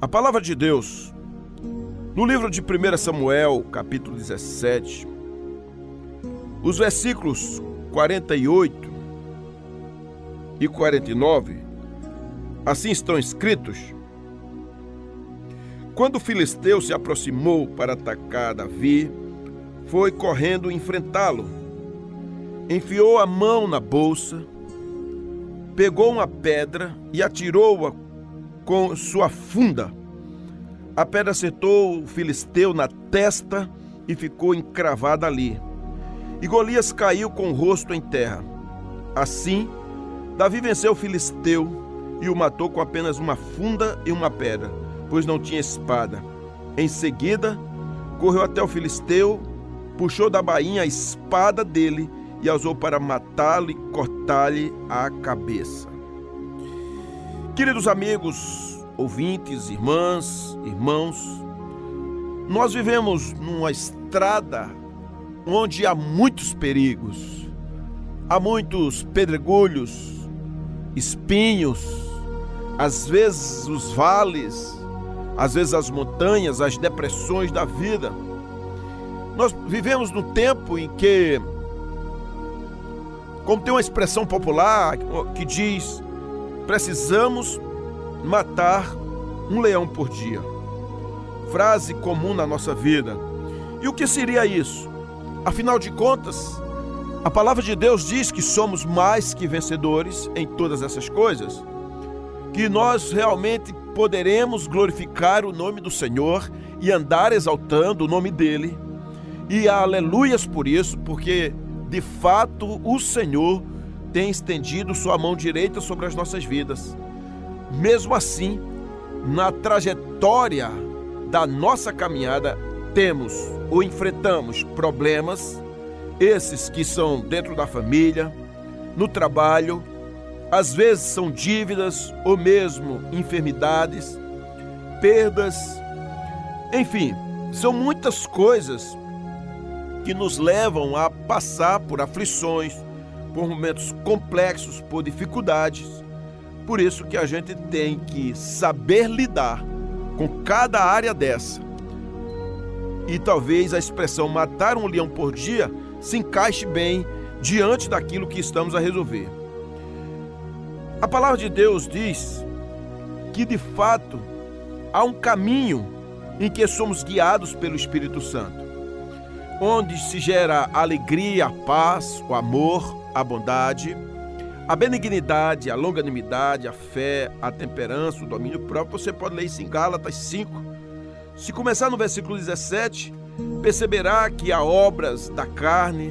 A palavra de Deus, no livro de 1 Samuel, capítulo 17, os versículos 48 e 49, assim estão escritos: Quando o filisteu se aproximou para atacar Davi, foi correndo enfrentá-lo. Enfiou a mão na bolsa, pegou uma pedra e atirou-a com sua funda. A pedra acertou o filisteu na testa e ficou encravada ali. E Golias caiu com o rosto em terra. Assim, Davi venceu o filisteu e o matou com apenas uma funda e uma pedra, pois não tinha espada. Em seguida, correu até o filisteu, puxou da bainha a espada dele e a usou para matá-lo e cortar-lhe a cabeça. Queridos amigos, ouvintes, irmãs, irmãos, nós vivemos numa estrada onde há muitos perigos, há muitos pedregulhos, espinhos, às vezes os vales, às vezes as montanhas, as depressões da vida. Nós vivemos num tempo em que, como tem uma expressão popular que diz, precisamos matar um leão por dia. Frase comum na nossa vida. E o que seria isso? Afinal de contas, a palavra de Deus diz que somos mais que vencedores em todas essas coisas, que nós realmente poderemos glorificar o nome do Senhor e andar exaltando o nome dele. E aleluias por isso, porque de fato o Senhor tem estendido sua mão direita sobre as nossas vidas. Mesmo assim, na trajetória da nossa caminhada, temos ou enfrentamos problemas, esses que são dentro da família, no trabalho, às vezes são dívidas ou mesmo enfermidades, perdas, enfim, são muitas coisas que nos levam a passar por aflições, por momentos complexos, por dificuldades. Por isso que a gente tem que saber lidar com cada área dessa. E talvez a expressão matar um leão por dia se encaixe bem diante daquilo que estamos a resolver. A palavra de Deus diz que de fato há um caminho em que somos guiados pelo Espírito Santo, onde se gera a alegria, a paz, o amor, a bondade, a benignidade, a longanimidade, a fé, a temperança, o domínio próprio. Você pode ler isso em Gálatas 5. Se começar no versículo 17, perceberá que há obras da carne,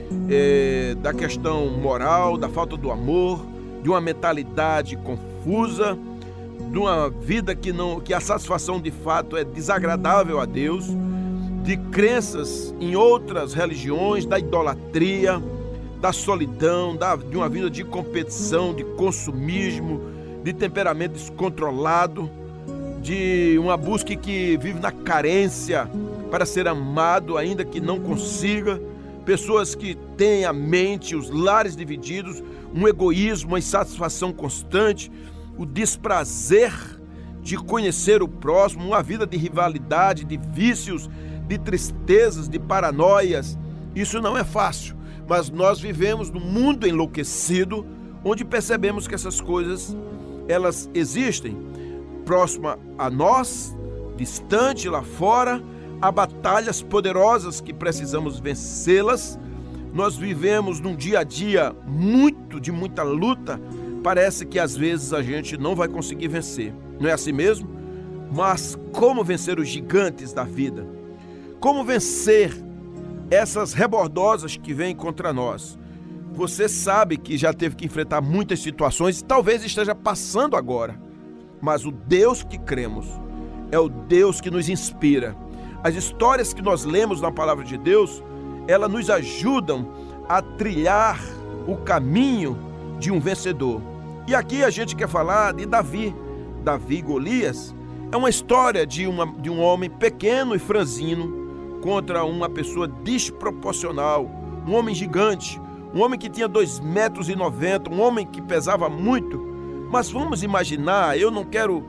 da questão moral, da falta do amor, de uma mentalidade confusa, de uma vida que a satisfação de fato é desagradável a Deus, de crenças em outras religiões, da idolatria, da solidão, de uma vida de competição, de consumismo, de temperamento descontrolado, de uma busca que vive na carência para ser amado, ainda que não consiga, pessoas que têm a mente, os lares divididos, um egoísmo, uma insatisfação constante, o desprazer de conhecer o próximo, uma vida de rivalidade, de vícios, de tristezas, de paranoias. Isso não é fácil, mas nós vivemos num mundo enlouquecido, onde percebemos que essas coisas, elas existem próxima a nós, distante lá fora. Há batalhas poderosas que precisamos vencê-las. Nós vivemos num dia a dia de muita luta. Parece que às vezes a gente não vai conseguir vencer. Não é assim mesmo? Mas como vencer os gigantes da vida? Como vencer essas rebordosas que vêm contra nós? Você sabe que já teve que enfrentar muitas situações e talvez esteja passando agora. Mas o Deus que cremos é o Deus que nos inspira. As histórias que nós lemos na palavra de Deus, elas nos ajudam a trilhar o caminho de um vencedor. E aqui a gente quer falar de Davi. Davi e Golias é uma história de um homem pequeno e franzino contra uma pessoa desproporcional, um homem gigante, um homem que tinha 2,90 metros, um homem que pesava muito. Mas vamos imaginar, eu não quero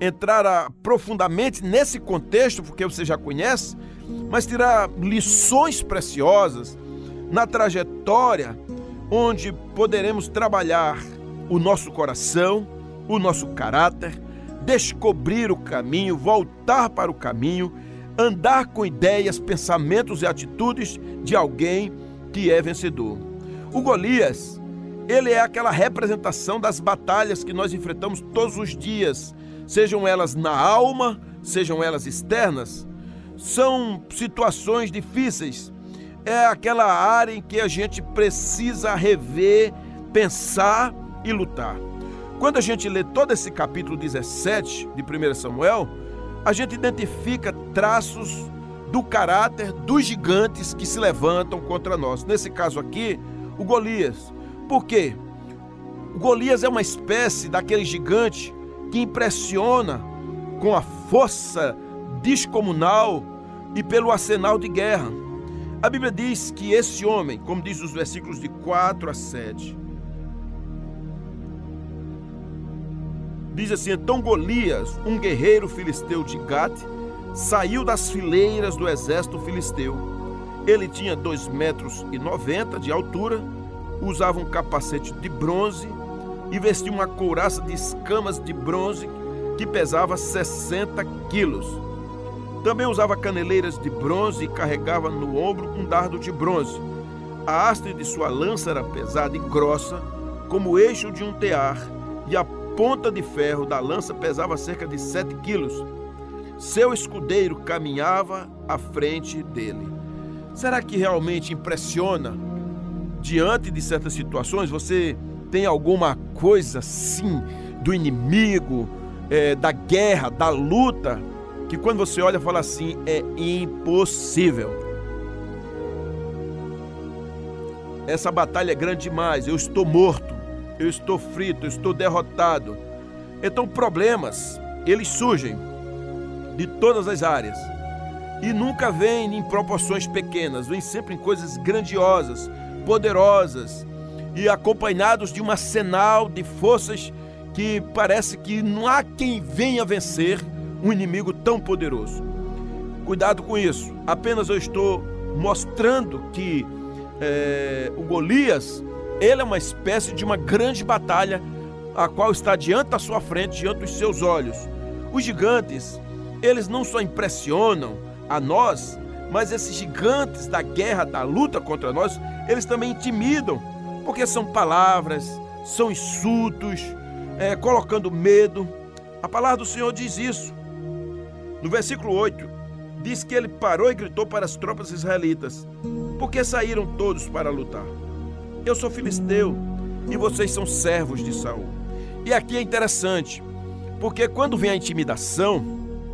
entrar profundamente nesse contexto, porque você já conhece, mas tirar lições preciosas na trajetória onde poderemos trabalhar o nosso coração, o nosso caráter, descobrir o caminho, voltar para o caminho, andar com ideias, pensamentos e atitudes de alguém que é vencedor. O Golias, ele é aquela representação das batalhas que nós enfrentamos todos os dias, sejam elas na alma, sejam elas externas. São situações difíceis, é aquela área em que a gente precisa rever, pensar e lutar. Quando a gente lê todo esse capítulo 17 de 1 Samuel, a gente identifica traços do caráter dos gigantes que se levantam contra nós. Nesse caso aqui, o Golias. Por quê? O Golias é uma espécie daquele gigante que impressiona com a força descomunal e pelo arsenal de guerra. A Bíblia diz que esse homem, como diz os versículos de 4 a 7, diz assim: então Golias, um guerreiro filisteu de Gate, saiu das fileiras do exército filisteu. Ele tinha 2,90 metros de altura, usava um capacete de bronze e vestia uma couraça de escamas de bronze que pesava 60 quilos. Também usava caneleiras de bronze e carregava no ombro um dardo de bronze. A haste de sua lança era pesada e grossa, como o eixo de um tear, e a ponta de ferro da lança pesava cerca de 7 quilos. Seu escudeiro caminhava à frente dele. Será que realmente impressiona? Diante de certas situações, você tem alguma coisa assim do inimigo, da guerra, da luta, que quando você olha fala assim, é impossível. Essa batalha é grande demais, eu estou morto, eu estou frito, eu estou derrotado. Então problemas, eles surgem de todas as áreas e nunca vêm em proporções pequenas, vêm sempre em coisas grandiosas, poderosas e acompanhados de um arsenal de forças que parece que não há quem venha vencer um inimigo tão poderoso. Cuidado com isso, apenas eu estou mostrando que o Golias, ele é uma espécie de uma grande batalha a qual está diante da sua frente, diante dos seus olhos. Os gigantes, eles não só impressionam a nós, mas esses gigantes da guerra, da luta contra nós, eles também intimidam, porque são palavras, são insultos, colocando medo. A palavra do Senhor diz isso. No versículo 8, diz que ele parou e gritou para as tropas israelitas: por que saíram todos para lutar? Eu sou filisteu e vocês são servos de Saul. E aqui é interessante, porque quando vem a intimidação,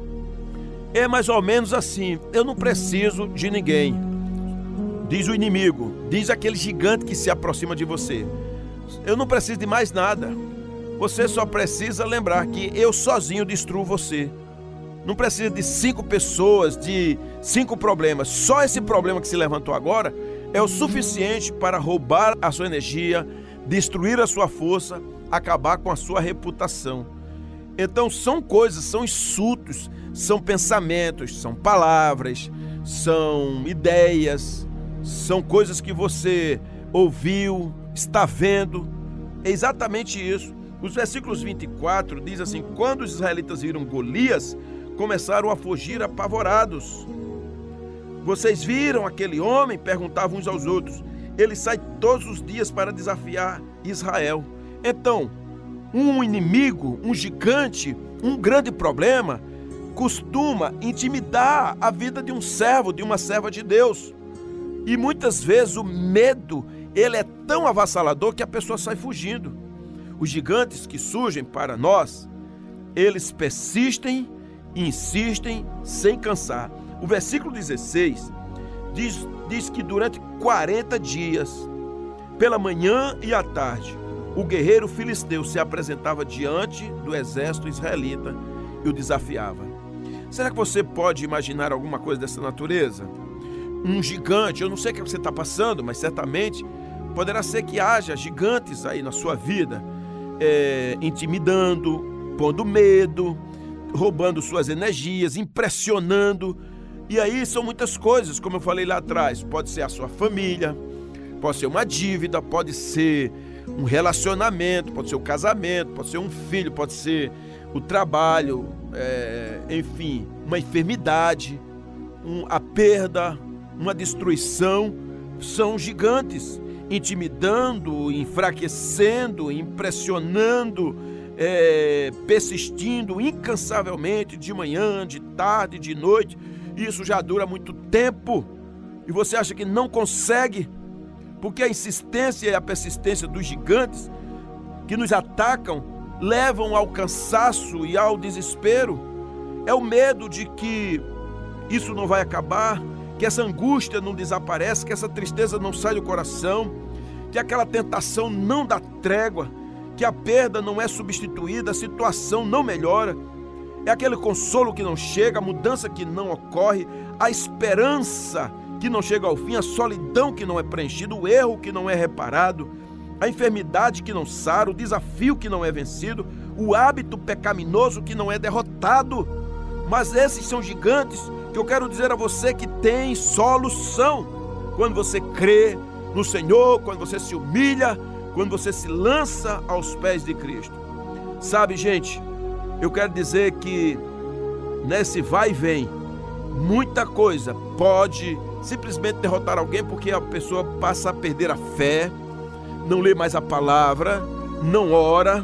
é mais ou menos assim: eu não preciso de ninguém. Diz o inimigo, diz aquele gigante que se aproxima de você: eu não preciso de mais nada. Você só precisa lembrar que eu sozinho destruo você. Não precisa de 5 pessoas, de 5 problemas. Só esse problema que se levantou agora é o suficiente para roubar a sua energia, destruir a sua força, acabar com a sua reputação. Então são coisas, são insultos, são pensamentos, são palavras, são ideias, são coisas que você ouviu, está vendo. É exatamente isso. Os versículos 24 diz assim: quando os israelitas viram Golias, começaram a fugir apavorados. Vocês viram aquele homem? Perguntavam uns aos outros. Ele sai todos os dias para desafiar Israel. Então, um inimigo, um gigante, um grande problema, costuma intimidar a vida de um servo, de uma serva de Deus. E muitas vezes o medo, ele é tão avassalador que a pessoa sai fugindo. Os gigantes que surgem para nós, eles persistem e insistem sem cansar. O versículo 16 diz que durante 40 dias, pela manhã e à tarde, o guerreiro filisteu se apresentava diante do exército israelita e o desafiava. Será que você pode imaginar alguma coisa dessa natureza? Um gigante, eu não sei o que você está passando, mas certamente poderá ser que haja gigantes aí na sua vida, intimidando, pondo medo, roubando suas energias, impressionando. E aí são muitas coisas, como eu falei lá atrás. Pode ser a sua família, pode ser uma dívida, pode ser um relacionamento, pode ser o casamento, pode ser um filho, pode ser o trabalho, enfim, uma enfermidade, a perda, uma destruição. São gigantes, intimidando, enfraquecendo, impressionando, persistindo incansavelmente, de manhã, de tarde, de noite. Isso já dura muito tempo e você acha que não consegue, porque a insistência e a persistência dos gigantes que nos atacam levam ao cansaço e ao desespero. É o medo de que isso não vai acabar, que essa angústia não desaparece, que essa tristeza não sai do coração, que aquela tentação não dá trégua, que a perda não é substituída, a situação não melhora. É aquele consolo que não chega, a mudança que não ocorre, a esperança que não chega ao fim, a solidão que não é preenchida, o erro que não é reparado, a enfermidade que não sara, o desafio que não é vencido, o hábito pecaminoso que não é derrotado. Mas esses são gigantes que eu quero dizer a você que tem solução. Quando você crê no Senhor, quando você se humilha, quando você se lança aos pés de Cristo. Sabe, gente, eu quero dizer que nesse vai e vem, muita coisa pode simplesmente derrotar alguém, porque a pessoa passa a perder a fé, não lê mais a palavra, não ora,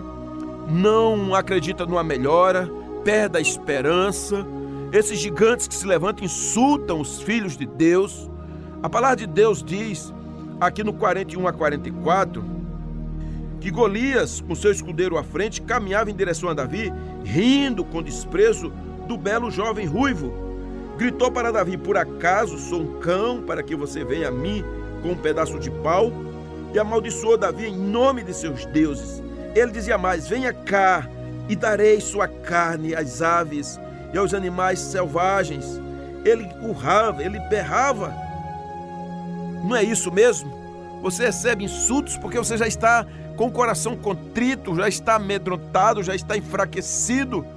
não acredita numa melhora, perde a esperança. Esses gigantes que se levantam insultam os filhos de Deus. A palavra de Deus diz, aqui no 41-44, que Golias, com seu escudeiro à frente, caminhava em direção a Davi, rindo com desprezo do belo jovem ruivo. Gritou para Davi: por acaso sou um cão para que você venha a mim com um pedaço de pau? E amaldiçoou Davi em nome de seus deuses. Ele dizia mais: venha cá e darei sua carne às aves e aos animais selvagens. Ele urrava, ele berrava. Não é isso mesmo? Você recebe insultos porque você já está com o coração contrito, já está amedrontado, já está enfraquecido.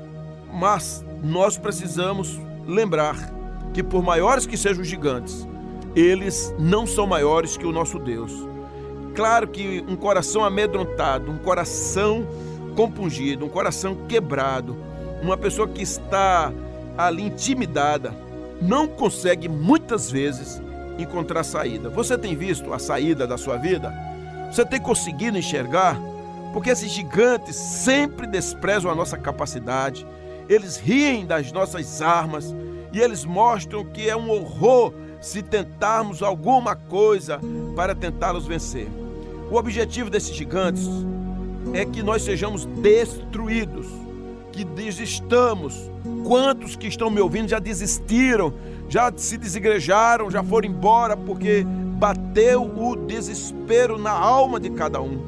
Mas nós precisamos lembrar que, por maiores que sejam os gigantes, eles não são maiores que o nosso Deus. Claro que um coração amedrontado, um coração compungido, um coração quebrado, uma pessoa que está ali intimidada, não consegue muitas vezes encontrar saída. Você tem visto a saída da sua vida? Você tem conseguido enxergar? Porque esses gigantes sempre desprezam a nossa capacidade, eles riem das nossas armas e eles mostram que é um horror se tentarmos alguma coisa para tentá-los vencer. O objetivo desses gigantes é que nós sejamos destruídos, que desistamos. Quantos que estão me ouvindo já desistiram, já se desigrejaram, já foram embora porque bateu o desespero na alma de cada um.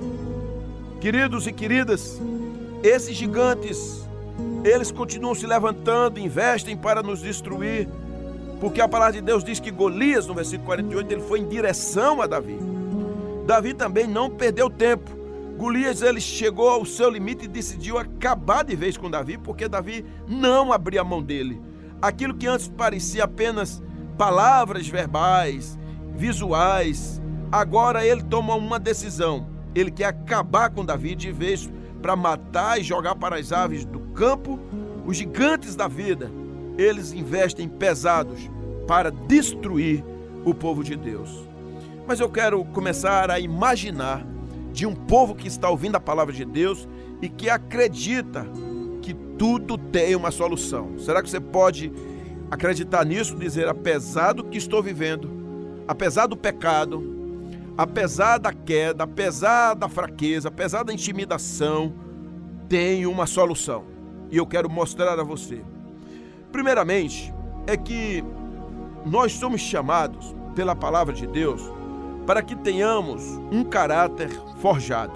Queridos e queridas, esses gigantes, eles continuam se levantando, investem para nos destruir, porque a palavra de Deus diz que Golias, no versículo 48, ele foi em direção a Davi. Davi também não perdeu tempo. Golias, ele chegou ao seu limite e decidiu acabar de vez com Davi, porque Davi não abria a mão dele. Aquilo que antes parecia apenas palavras verbais, visuais, agora ele toma uma decisão. Ele quer acabar com Davi de vez, para matar e jogar para as aves do campo. Os gigantes da vida, eles investem pesados para destruir o povo de Deus. Mas eu quero começar a imaginar de um povo que está ouvindo a palavra de Deus e que acredita que tudo tem uma solução. Será que você pode acreditar nisso? Dizer: apesar do que estou vivendo, apesar do pecado, apesar da queda, apesar da fraqueza, apesar da intimidação, tem uma solução. E eu quero mostrar a você. Primeiramente, é que nós somos chamados pela palavra de Deus para que tenhamos um caráter forjado.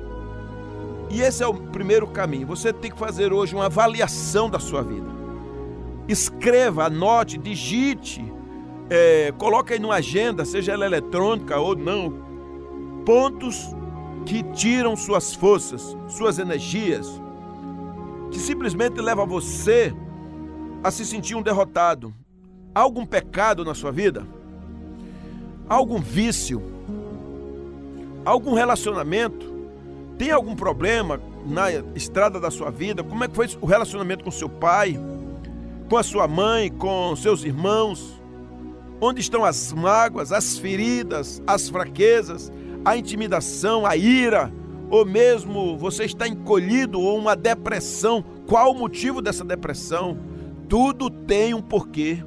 E esse é o primeiro caminho. Você tem que fazer hoje uma avaliação da sua vida. Escreva, anote, digite, coloque aí numa agenda, seja ela eletrônica ou não, pontos que tiram suas forças, suas energias, que simplesmente leva você a se sentir um derrotado. Há algum pecado na sua vida? Há algum vício? Há algum relacionamento? Tem algum problema na estrada da sua vida? Como é que foi o relacionamento com seu pai, com a sua mãe, com seus irmãos? Onde estão as mágoas, as feridas, as fraquezas, a intimidação, a ira? Ou mesmo você está encolhido ou uma depressão? Qual o motivo dessa depressão? Tudo tem um porquê.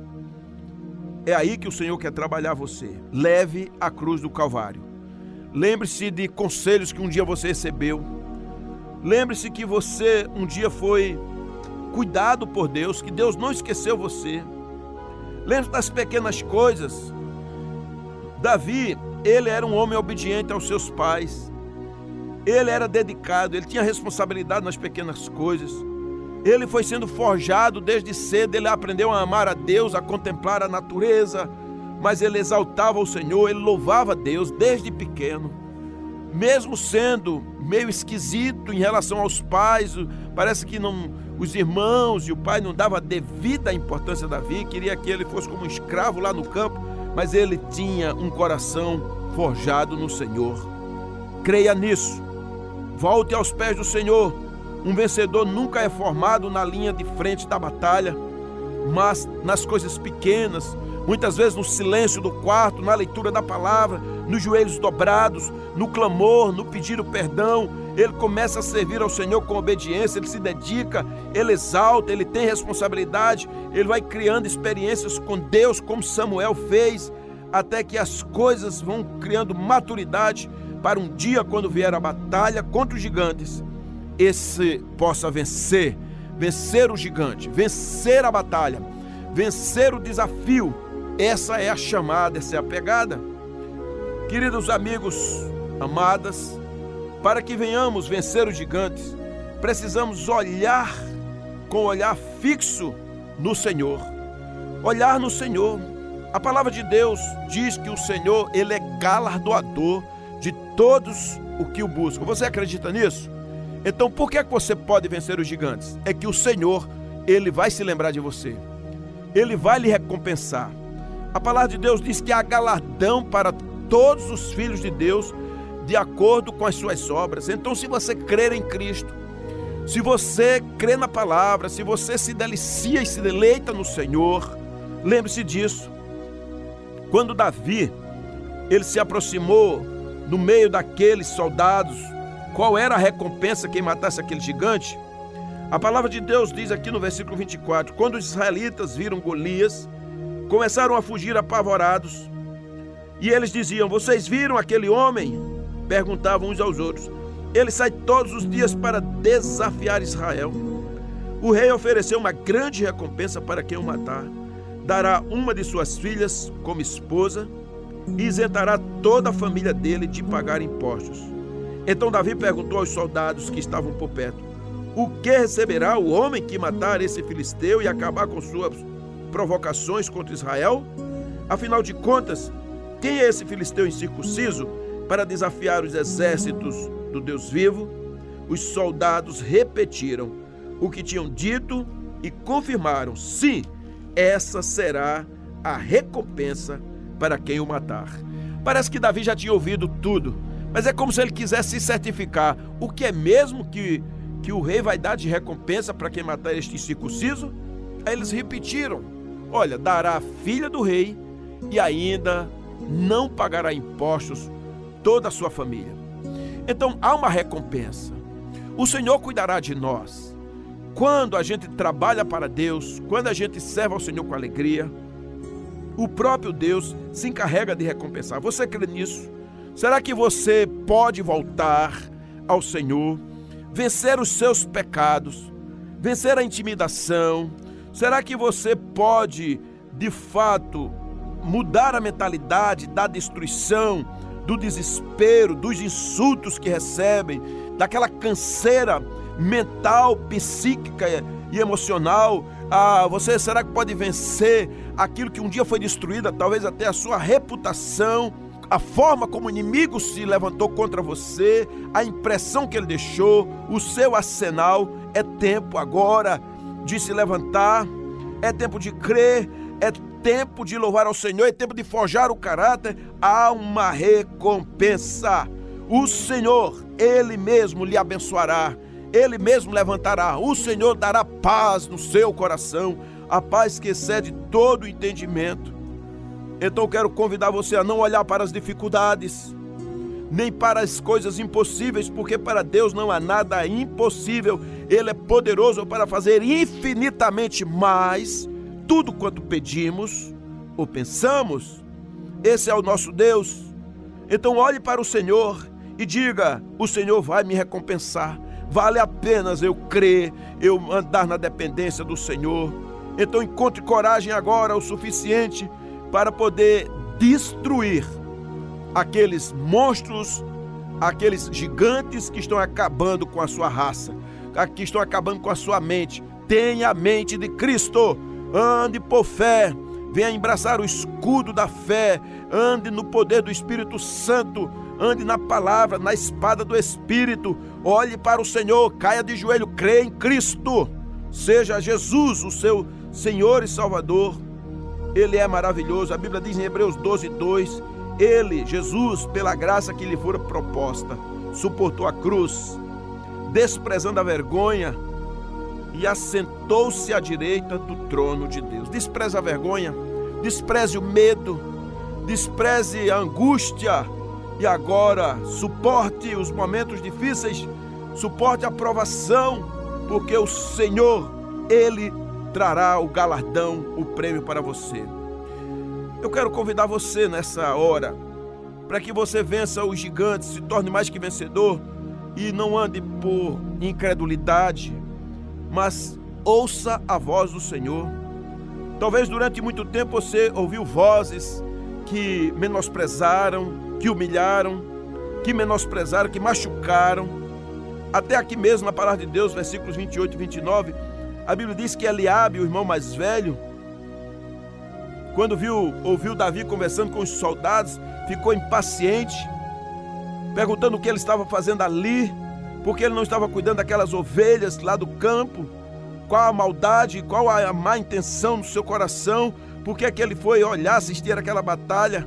É aí que o Senhor quer trabalhar você. Leve a cruz do Calvário. Lembre-se de conselhos que um dia você recebeu. Lembre-se que você um dia foi cuidado por Deus, que Deus não esqueceu você. Lembre-se das pequenas coisas. Davi, ele era um homem obediente aos seus pais. Ele era dedicado, ele tinha responsabilidade nas pequenas coisas. Ele foi sendo forjado desde cedo, ele aprendeu a amar a Deus, a contemplar a natureza, mas ele exaltava o Senhor, ele louvava a Deus desde pequeno. Mesmo sendo meio esquisito em relação aos pais, parece que os irmãos e o pai não davam a devida importância a Davi, queria que ele fosse como um escravo lá no campo, mas ele tinha um coração forjado no Senhor. Creia nisso, volte aos pés do Senhor. Um vencedor nunca é formado na linha de frente da batalha, mas nas coisas pequenas, muitas vezes no silêncio do quarto, na leitura da palavra, nos joelhos dobrados, no clamor, no pedir o perdão. Ele começa a servir ao Senhor com obediência, ele se dedica, ele exalta, ele tem responsabilidade, ele vai criando experiências com Deus, como Samuel fez, até que as coisas vão criando maturidade para um dia, quando vier a batalha contra os gigantes, esse possa vencer o gigante, vencer a batalha, vencer o desafio. Essa é a chamada, essa é a pegada. Queridos amigos, amadas, para que venhamos vencer os gigantes, precisamos olhar com olhar fixo no Senhor. Olhar no Senhor. A palavra de Deus diz que o Senhor, ele é galardoador de todos o que o buscam. Você acredita nisso? Então, por que você pode vencer os gigantes? É que o Senhor, ele vai se lembrar de você. Ele vai lhe recompensar. A palavra de Deus diz que há galardão para todos os filhos de Deus, de acordo com as suas obras. Então, se você crer em Cristo, se você crê na palavra, se você se delicia e se deleita no Senhor, lembre-se disso. Quando Davi, ele se aproximou no meio daqueles soldados, qual era a recompensa quem matasse aquele gigante? A palavra de Deus diz aqui no versículo 24, quando os israelitas viram Golias, começaram a fugir apavorados, e eles diziam, vocês viram aquele homem? Perguntavam uns aos outros. Ele sai todos os dias para desafiar Israel. O rei ofereceu uma grande recompensa para quem o matar. Dará uma de suas filhas como esposa e isentará toda a família dele de pagar impostos. Então Davi perguntou aos soldados que estavam por perto, o que receberá o homem que matar esse filisteu e acabar com suas provocações contra Israel? Afinal de contas, quem é esse filisteu incircunciso para desafiar os exércitos do Deus vivo? Os soldados repetiram o que tinham dito e confirmaram, sim, essa será a recompensa para quem o matar. Parece que Davi já tinha ouvido tudo, mas é como se ele quisesse se certificar. O que é mesmo que o rei vai dar de recompensa para quem matar este incircunciso? Aí eles repetiram, olha, dará a filha do rei e ainda não pagará impostos toda a sua família. Então há uma recompensa. O Senhor cuidará de nós. Quando a gente trabalha para Deus, quando a gente serve ao Senhor com alegria, o próprio Deus se encarrega de recompensar. Você crê nisso? Será que você pode voltar ao Senhor, vencer os seus pecados, vencer a intimidação? Será que você pode, de fato, mudar a mentalidade da destruição, do desespero, dos insultos que recebem, daquela canseira mental, psíquica e emocional? Você será que pode vencer aquilo que um dia foi destruído, talvez até a sua reputação, a forma como o inimigo se levantou contra você, a impressão que ele deixou, o seu arsenal? É tempo agora de se levantar, é tempo de crer, é tempo de louvar ao Senhor, é tempo de forjar o caráter. Há uma recompensa. O Senhor, Ele mesmo lhe abençoará, Ele mesmo levantará. O Senhor dará paz no seu coração, a paz que excede todo o entendimento. Então eu quero convidar você a não olhar para as dificuldades, nem para as coisas impossíveis, porque para Deus não há nada impossível. Ele é poderoso para fazer infinitamente mais tudo quanto pedimos ou pensamos. Esse é o nosso Deus. Então olhe para o Senhor e diga: o Senhor vai me recompensar. Vale a pena eu crer, eu andar na dependência do Senhor. Então encontre coragem agora o suficiente para poder destruir aqueles monstros, aqueles gigantes que estão acabando com a sua raça, que estão acabando com a sua mente. Tenha a mente de Cristo. Ande por fé, venha embraçar o escudo da fé, ande no poder do Espírito Santo, ande na palavra, na espada do Espírito. Olhe para o Senhor, caia de joelho, crê em Cristo. Seja Jesus o seu Senhor e Salvador. Ele é maravilhoso. A Bíblia diz em Hebreus 12:2, Ele, Jesus, pela graça que lhe fora proposta, suportou a cruz, desprezando a vergonha, e assentou-se à direita do trono de Deus. Despreze a vergonha, despreze o medo, despreze a angústia, e agora suporte os momentos difíceis, suporte a provação, porque o Senhor, Ele trará o galardão, o prêmio para você. Eu quero convidar você nessa hora para que você vença os gigantes, se torne mais que vencedor e não ande por incredulidade, mas ouça a voz do Senhor. Talvez durante muito tempo você ouviu vozes que menosprezaram, que humilharam, que menosprezaram, que machucaram. Até aqui mesmo na palavra de Deus, versículos 28 e 29, a Bíblia diz que Eliabe, o irmão mais velho, quando ouviu Davi conversando com os soldados, ficou impaciente, perguntando o que ele estava fazendo ali, porque ele não estava cuidando daquelas ovelhas lá do campo. Qual a maldade, qual a má intenção no seu coração, por que é que ele foi olhar, assistir aquela batalha?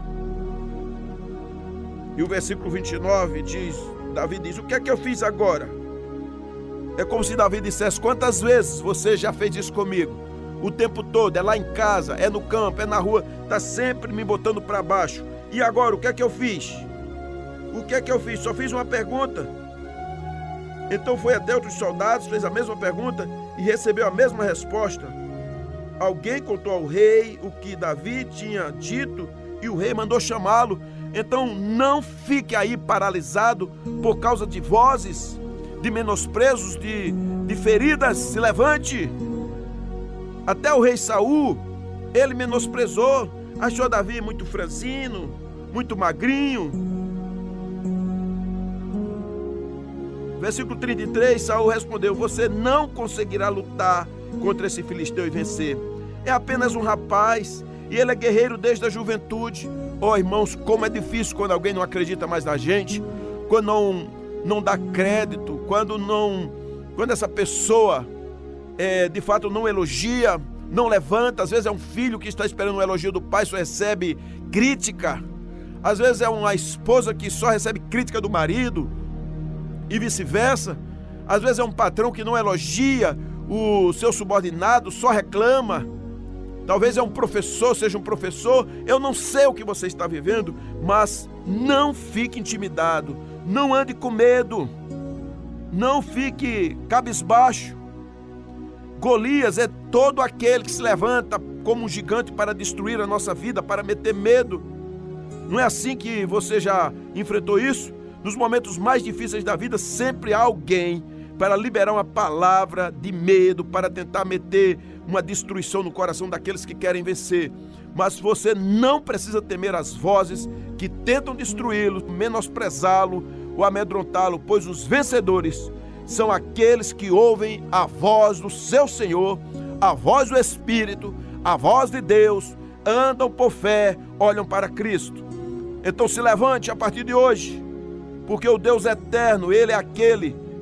E o versículo 29 diz, Davi diz: o que é que eu fiz agora? É como se Davi dissesse: quantas vezes você já fez isso comigo? O tempo todo, é lá em casa, é no campo, é na rua, está sempre me botando para baixo. E agora, o que é que eu fiz? O que é que eu fiz? Só fiz uma pergunta. Então foi até outros soldados, fez a mesma pergunta e recebeu a mesma resposta. Alguém contou ao rei o que Davi tinha dito e o rei mandou chamá-lo. Então não fique aí paralisado por causa de vozes, de menosprezos, de feridas. Se levante. Até o rei Saul, ele menosprezou, achou Davi muito franzino, muito magrinho. Versículo 33, Saul respondeu: você não conseguirá lutar contra esse filisteu e vencer. É apenas um rapaz e ele é guerreiro desde a juventude. Oh, irmãos, como é difícil quando alguém não acredita mais na gente, quando não dá crédito, quando essa pessoa de fato não elogia, não levanta. Às vezes é um filho que está esperando um elogio do pai, só recebe crítica. Às vezes é uma esposa que só recebe crítica do marido e vice-versa. Às vezes é um patrão que não elogia o seu subordinado, só reclama. Talvez é um professor, seja um professor. Eu não sei o que você está vivendo, mas não fique intimidado, não ande com medo, não fique cabisbaixo. Golias é todo aquele que se levanta como um gigante para destruir a nossa vida, para meter medo. Não é assim que você já enfrentou isso? Nos momentos mais difíceis da vida, sempre há alguém para liberar uma palavra de medo, para tentar meter uma destruição no coração daqueles que querem vencer. Mas você não precisa temer as vozes que tentam destruí-lo, menosprezá-lo ou amedrontá-lo, pois os vencedores são aqueles que ouvem a voz do seu Senhor, a voz do Espírito, a voz de Deus, andam por fé, olham para Cristo. Então se levante a partir de hoje, porque o Deus eterno, Ele é aquele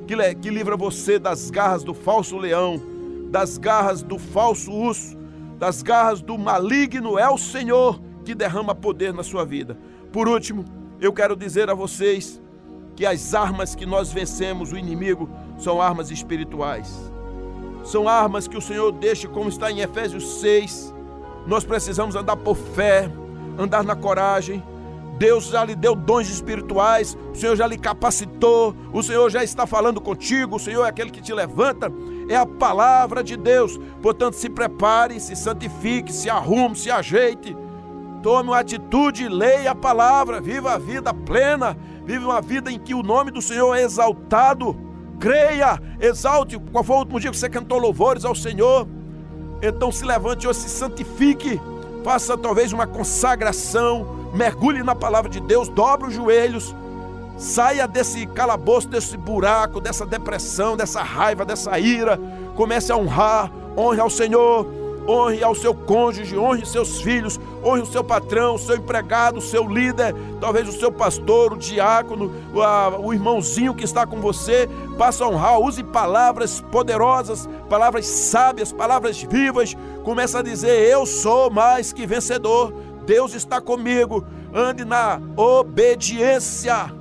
que livra você das garras do falso leão, das garras do falso urso, das garras do maligno. É o Senhor que derrama poder na sua vida. Por último, eu quero dizer a vocês que as armas que nós vencemos o inimigo são armas espirituais. São armas que o Senhor deixa, como está em Efésios 6. Nós precisamos andar por fé, andar na coragem. Deus já lhe deu dons espirituais, o Senhor já lhe capacitou, o Senhor já está falando contigo, o Senhor é aquele que te levanta, é a palavra de Deus. Portanto, se prepare, se santifique, se arrume, se ajeite, tome uma atitude, leia a palavra, viva a vida plena, viva uma vida em que o nome do Senhor é exaltado. Creia, exalte. Qual foi o último dia que você cantou louvores ao Senhor? Então se levante hoje, se santifique, faça talvez uma consagração, mergulhe na palavra de Deus, dobre os joelhos, saia desse calabouço, desse buraco, dessa depressão, dessa raiva, dessa ira. Comece a honrar, honre ao Senhor, honre ao seu cônjuge, honre seus filhos, honre o seu patrão, o seu empregado, o seu líder, talvez o seu pastor, o diácono, o irmãozinho que está com você. Passe a honrar, use palavras poderosas, palavras sábias, palavras vivas. Comece a dizer: eu sou mais que vencedor, Deus está comigo. Ande na obediência.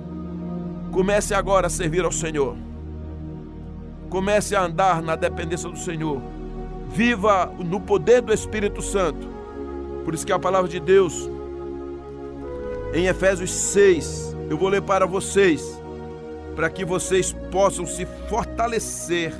Comece agora a servir ao Senhor. Comece a andar na dependência do Senhor. Viva no poder do Espírito Santo. Por isso que a palavra de Deus, em Efésios 6, eu vou ler para vocês, para que vocês possam se fortalecer.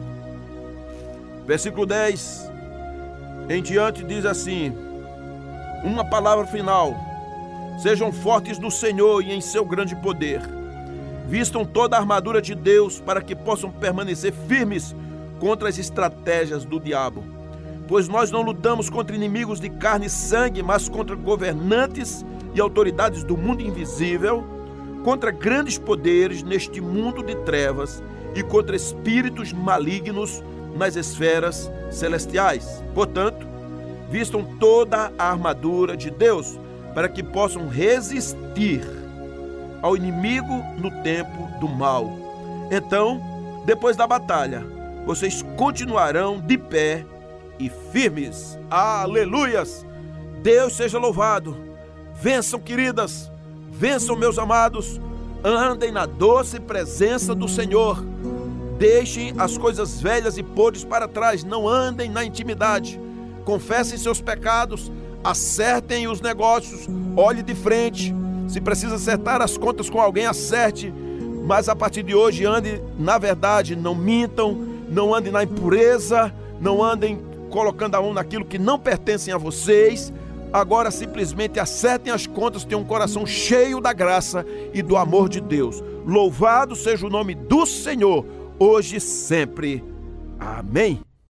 Versículo 10 em diante diz assim, uma palavra final: sejam fortes no Senhor e em seu grande poder. Vistam toda a armadura de Deus para que possam permanecer firmes contra as estratégias do diabo. Pois nós não lutamos contra inimigos de carne e sangue, mas contra governantes e autoridades do mundo invisível, contra grandes poderes neste mundo de trevas e contra espíritos malignos nas esferas celestiais. Portanto, vistam toda a armadura de Deus para que possam resistir ao inimigo no tempo do mal. Então, depois da batalha, vocês continuarão de pé e firmes. Aleluias! Deus seja louvado. Vençam, queridas, vençam, meus amados. Andem na doce presença do Senhor. Deixem as coisas velhas e podres para trás. Não andem na intimidade. Confessem seus pecados. Acertem os negócios. Olhe de frente. Se precisa acertar as contas com alguém, acerte. Mas a partir de hoje, ande na verdade. Não mintam. Não andem na impureza, não andem colocando a mão naquilo que não pertencem a vocês. Agora simplesmente acertem as contas, tenham um coração cheio da graça e do amor de Deus. Louvado seja o nome do Senhor, hoje e sempre. Amém.